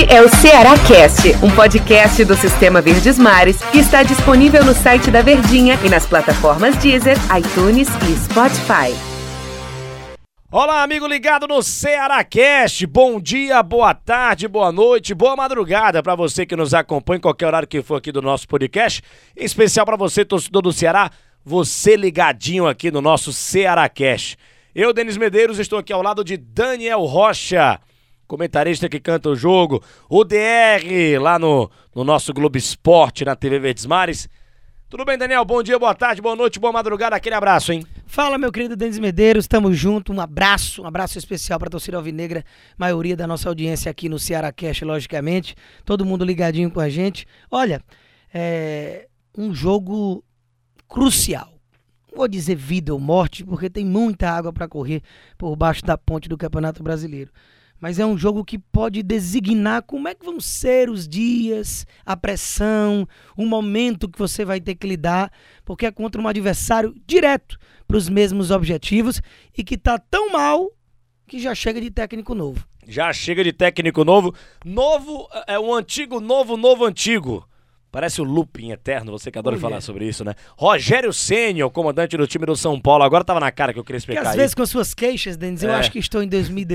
Este é o Ceará Cast, um podcast do Sistema Verdes Mares que está disponível no site da Verdinha e nas plataformas Deezer, iTunes e Spotify. Olá, amigo ligado no Ceará Cast. Bom dia, boa tarde, boa noite, boa madrugada para você que nos acompanha em qualquer horário que for aqui do nosso podcast. Em especial para você, torcedor do Ceará, você ligadinho aqui no nosso Ceará Cast. Eu, Denis Medeiros, estou aqui ao lado de Daniel Rocha, comentarista que canta o jogo, o DR lá no nosso Globo Esporte, na TV Verdes Mares. Tudo bem, Daniel? Bom dia, boa tarde, boa noite, boa madrugada, aquele abraço, hein? Fala, meu querido Denis Medeiros, tamo junto, um abraço especial pra torcida alvinegra, maioria da nossa audiência aqui no Ceará Cast, logicamente, todo mundo ligadinho com a gente. Olha, é um jogo crucial. Não vou dizer vida ou morte, porque tem muita água pra correr por baixo da ponte do Campeonato Brasileiro. Mas é um jogo que pode designar como é que vão ser os dias, a pressão, o momento que você vai ter que lidar, porque é contra um adversário direto para os mesmos objetivos e que tá tão mal que já chega de técnico novo. Já chega de técnico novo. Novo é um antigo, novo, antigo. Parece o looping eterno, você que adora falar sobre isso, né? Rogério Ceni, o comandante do time do São Paulo. Agora tava na cara que eu queria explicar. Porque às vezes com as suas queixas, Denis, eu acho que estou em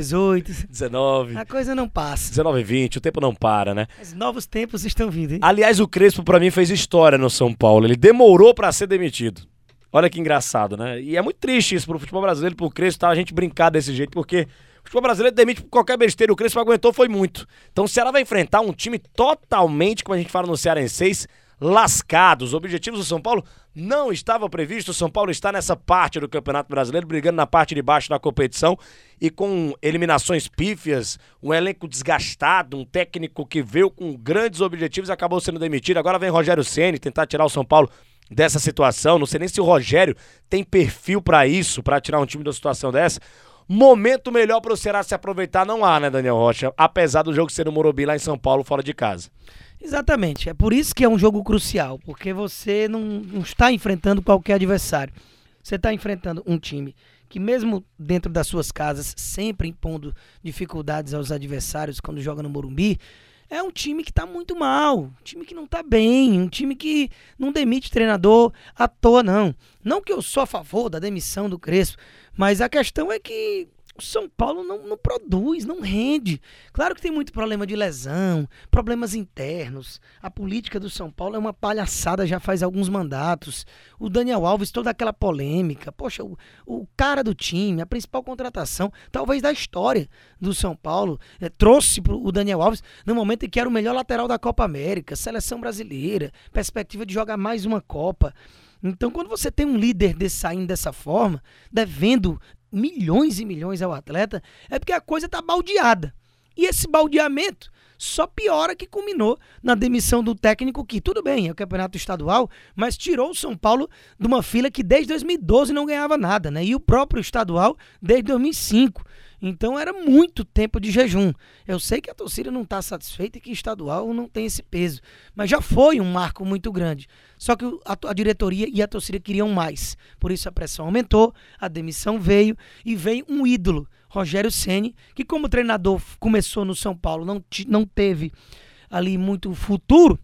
2018. 19. A coisa não passa. 19 e 20, o tempo não para, né? Mas novos tempos estão vindo, hein? Aliás, o Crespo pra mim fez história no São Paulo. Ele demorou pra ser demitido. Olha que engraçado, né? E é muito triste isso pro futebol brasileiro, pro Crespo, tá? A gente brincar desse jeito, porque o futebol brasileiro demite por qualquer besteira. O Crespo aguentou foi muito. Então o Ceará vai enfrentar um time totalmente, como a gente fala no Cearenseis, lascado. Os objetivos do São Paulo não estavam previstos. O São Paulo está nessa parte do Campeonato Brasileiro, brigando na parte de baixo da competição e com eliminações pífias, um elenco desgastado, um técnico que veio com grandes objetivos e acabou sendo demitido. Agora vem Rogério Ceni tentar tirar o São Paulo dessa situação. Não sei nem se o Rogério tem perfil para isso, para tirar um time de uma situação dessa. Momento melhor para o Ceará se aproveitar não há, né, Daniel Rocha? Apesar do jogo ser no Morumbi lá em São Paulo, fora de casa. Exatamente, é por isso que é um jogo crucial, porque você não está enfrentando qualquer adversário. Você está enfrentando um time que mesmo dentro das suas casas, sempre impondo dificuldades aos adversários quando joga no Morumbi, é um time que está muito mal, um time que não está bem, um time que não demite treinador à toa, não. Não que eu sou a favor da demissão do Crespo, mas a questão é que o São Paulo não produz, não rende. Claro que tem muito problema de lesão, problemas internos. A política do São Paulo é uma palhaçada já faz alguns mandatos. O Daniel Alves, toda aquela polêmica. Poxa, o cara do time, a principal contratação, talvez da história do São Paulo, trouxe o Daniel Alves no momento em que era o melhor lateral da Copa América, seleção brasileira, perspectiva de jogar mais uma Copa. Então, quando você tem um líder saindo dessa forma, devendo milhões e milhões ao atleta, é porque a coisa tá baldeada. E esse baldeamento só piora que culminou na demissão do técnico que, tudo bem, é o campeonato estadual, mas tirou o São Paulo de uma fila que desde 2012 não ganhava nada, né? E o próprio estadual desde 2005. Então era muito tempo de jejum. Eu sei que a torcida não está satisfeita e que estadual não tem esse peso, mas já foi um marco muito grande. Só que a diretoria e a torcida queriam mais. Por isso a pressão aumentou, a demissão veio e veio um ídolo, Rogério Ceni, que como treinador começou no São Paulo, não teve ali muito futuro,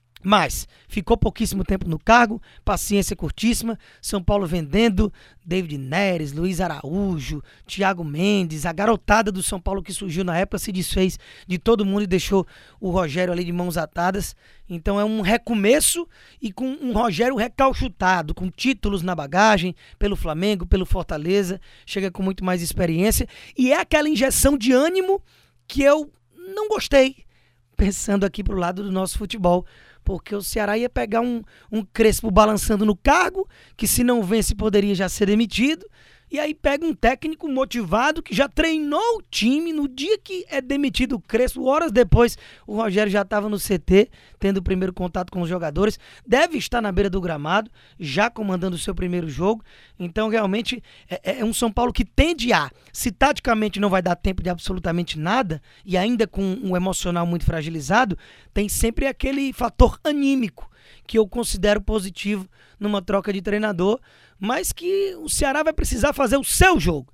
mas ficou pouquíssimo tempo no cargo, paciência curtíssima, São Paulo vendendo David Neres, Luiz Araújo, Thiago Mendes, a garotada do São Paulo que surgiu na época se desfez de todo mundo e deixou o Rogério ali de mãos atadas. Então é um recomeço e com um Rogério recalchutado, com títulos na bagagem, pelo Flamengo, pelo Fortaleza, chega com muito mais experiência e é aquela injeção de ânimo que eu não gostei, pensando aqui pro lado do nosso futebol. Porque o Ceará ia pegar um Crespo balançando no cargo, que se não vence poderia já ser demitido, e aí pega um técnico motivado que já treinou o time no dia que é demitido o Crespo. Horas depois o Rogério já estava no CT, tendo o primeiro contato com os jogadores, deve estar na beira do gramado, já comandando o seu primeiro jogo. Então realmente é um São Paulo que tende a, se taticamente não vai dar tempo de absolutamente nada, e ainda com um emocional muito fragilizado, tem sempre aquele fator anímico que eu considero positivo numa troca de treinador, mas que o Ceará vai precisar fazer o seu jogo.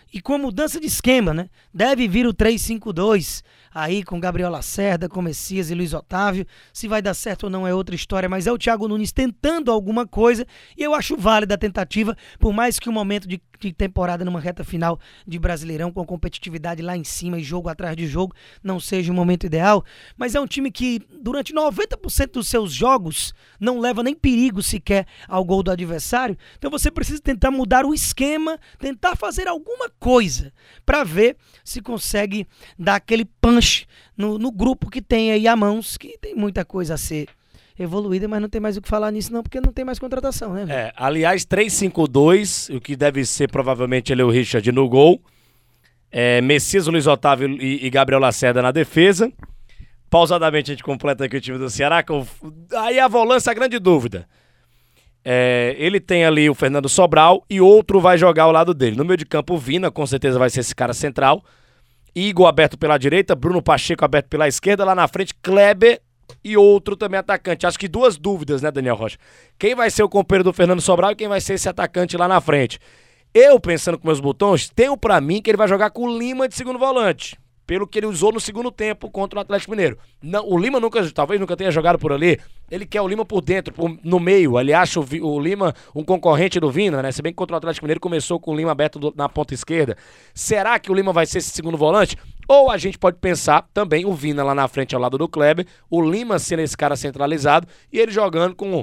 E com a mudança de esquema, né? Deve vir o 3-5-2, aí com Gabriel Lacerda, com Messias e Luiz Otávio. Se vai dar certo ou não é outra história, mas é o Thiago Nunes tentando alguma coisa, e eu acho válida a tentativa, por mais que o momento de temporada numa reta final de Brasileirão, com competitividade lá em cima e jogo atrás de jogo, não seja o momento ideal, mas é um time que durante 90% dos seus jogos não leva nem perigo sequer ao gol do adversário. Então você precisa tentar mudar o esquema, tentar fazer alguma coisa para ver se consegue dar aquele punch no grupo que tem aí a mãos, que tem muita coisa a ser evoluída, mas não tem mais o que falar nisso não, porque não tem mais contratação, né? Aliás, 3-5-2, o que deve ser provavelmente ele é o Richard no gol, Messias, Luiz Otávio e Gabriel Lacerda na defesa. Pausadamente a gente completa aqui o time do Ceará, aí a volância, a grande dúvida. Ele tem ali o Fernando Sobral e outro vai jogar ao lado dele. No meio de campo, o Vina, com certeza vai ser esse cara central. Igor aberto pela direita, Bruno Pacheco aberto pela esquerda, lá na frente, Kleber e outro também atacante. Acho que duas dúvidas, né, Daniel Rocha? Quem vai ser o companheiro do Fernando Sobral e quem vai ser esse atacante lá na frente? Eu, pensando com meus botões, tenho pra mim que ele vai jogar com o Lima de segundo volante, pelo que ele usou no segundo tempo contra o Atlético Mineiro. Não, o Lima talvez nunca tenha jogado por ali. Ele quer o Lima por dentro, no meio. Ele acha o Lima um concorrente do Vina, né? Se bem que contra o Atlético Mineiro começou com o Lima aberto na ponta esquerda. Será que o Lima vai ser esse segundo volante? Ou a gente pode pensar também o Vina lá na frente ao lado do Kleber, o Lima sendo esse cara centralizado e ele jogando com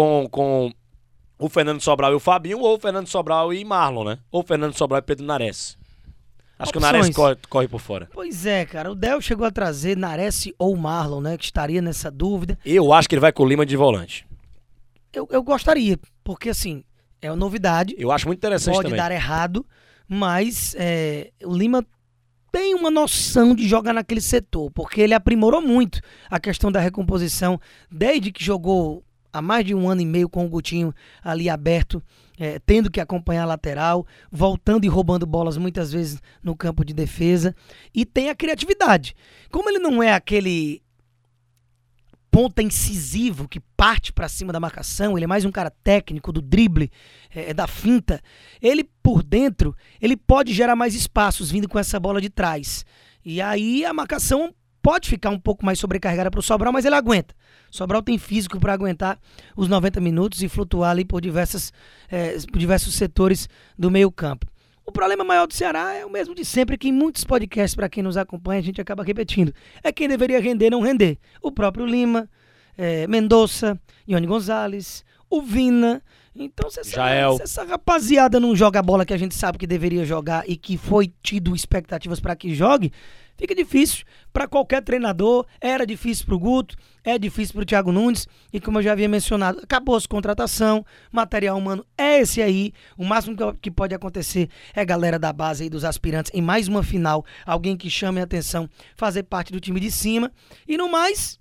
o Fernando Sobral e o Fabinho, ou o Fernando Sobral e Marlon, né? Ou o Fernando Sobral e Pedro Nares. Acho que o Nares corre por fora. Pois é, cara. O Del chegou a trazer Nares ou Marlon, né? Que estaria nessa dúvida. Eu acho que ele vai com o Lima de volante. Eu gostaria, porque assim, é uma novidade. Eu acho muito interessante também. Pode dar errado, mas o Lima tem uma noção de jogar naquele setor, porque ele aprimorou muito a questão da recomposição desde que jogou há mais de 1 ano e meio com o Gutinho ali aberto, tendo que acompanhar a lateral, voltando e roubando bolas muitas vezes no campo de defesa, e tem a criatividade. Como ele não é aquele ponta incisivo que parte para cima da marcação, ele é mais um cara técnico do drible, da finta, ele por dentro, ele pode gerar mais espaços vindo com essa bola de trás. E aí a marcação pode ficar um pouco mais sobrecarregada para o Sobral, mas ele aguenta. O Sobral tem físico para aguentar os 90 minutos e flutuar ali por diversos setores do meio campo. O problema maior do Ceará é o mesmo de sempre, que em muitos podcasts, para quem nos acompanha, a gente acaba repetindo. É quem deveria render, não render. O próprio Lima, Mendonça, Ione Gonzalez, o Vina. Então, se essa rapaziada não joga a bola que a gente sabe que deveria jogar e que foi tido expectativas para que jogue, fica difícil para qualquer treinador. Era difícil para o Guto, é difícil para o Thiago Nunes, e como eu já havia mencionado, acabou-se contratação, material humano é esse aí. O máximo que pode acontecer é a galera da base aí, dos aspirantes, em mais uma final, alguém que chame a atenção, fazer parte do time de cima, e no mais,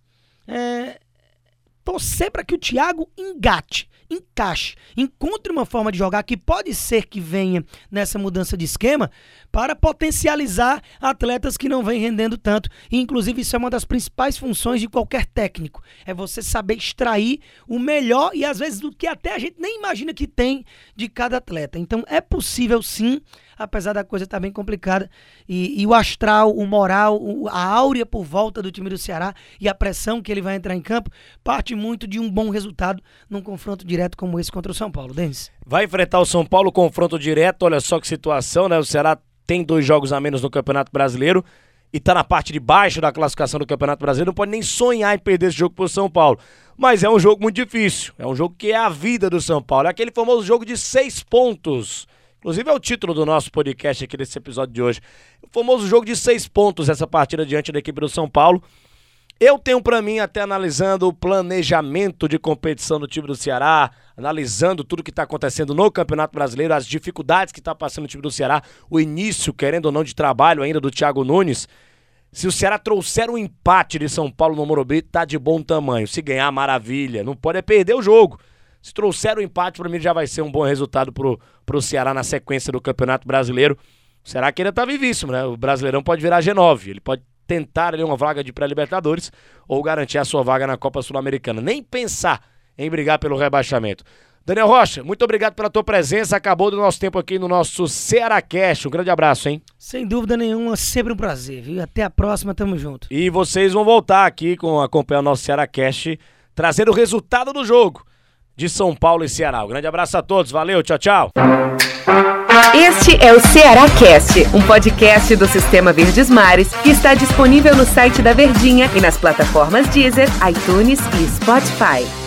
torcer para que o Thiago encaixe, encontre uma forma de jogar que pode ser que venha nessa mudança de esquema para potencializar atletas que não vêm rendendo tanto. E, inclusive, isso é uma das principais funções de qualquer técnico. É você saber extrair o melhor e, às vezes, do que até a gente nem imagina que tem de cada atleta. Então, é possível, sim, apesar da coisa estar bem complicada. E o astral, o moral, a áurea por volta do time do Ceará e a pressão que ele vai entrar em campo parte muito de um bom resultado num confronto direto como esse contra o São Paulo. Denis? Vai enfrentar o São Paulo, confronto direto. Olha só que situação, né? O Ceará tem 2 jogos a menos no Campeonato Brasileiro e tá na parte de baixo da classificação do Campeonato Brasileiro. Não pode nem sonhar em perder esse jogo pro São Paulo. Mas é um jogo muito difícil. É um jogo que é a vida do São Paulo. É aquele famoso jogo de 6 pontos. Inclusive é o título do nosso podcast aqui desse episódio de hoje. O famoso jogo de 6 pontos, essa partida diante da equipe do São Paulo. Eu tenho pra mim, até analisando o planejamento de competição do time do Ceará, analisando tudo que está acontecendo no Campeonato Brasileiro, as dificuldades que está passando o time do Ceará, o início, querendo ou não, de trabalho ainda do Thiago Nunes. Se o Ceará trouxer um empate de São Paulo no Morumbi, tá de bom tamanho. Se ganhar, maravilha. Não pode perder o jogo. Se trouxer um empate, pra mim já vai ser um bom resultado pro Ceará na sequência do Campeonato Brasileiro. O Ceará que ainda tá vivíssimo, né? O Brasileirão pode virar G9. Ele pode tentar ali uma vaga de pré-Libertadores ou garantir a sua vaga na Copa Sul-Americana. Nem pensar em brigar pelo rebaixamento. Daniel Rocha, muito obrigado pela tua presença. Acabou do nosso tempo aqui no nosso Cearacast. Um grande abraço, hein? Sem dúvida nenhuma, sempre um prazer, viu? Até a próxima, tamo junto. E vocês vão voltar aqui com acompanhar o nosso Cearacast, trazendo o resultado do jogo de São Paulo e Ceará. Um grande abraço a todos, valeu, tchau, tchau. Este é o Cearacast, um podcast do Sistema Verdes Mares que está disponível no site da Verdinha e nas plataformas Deezer, iTunes e Spotify.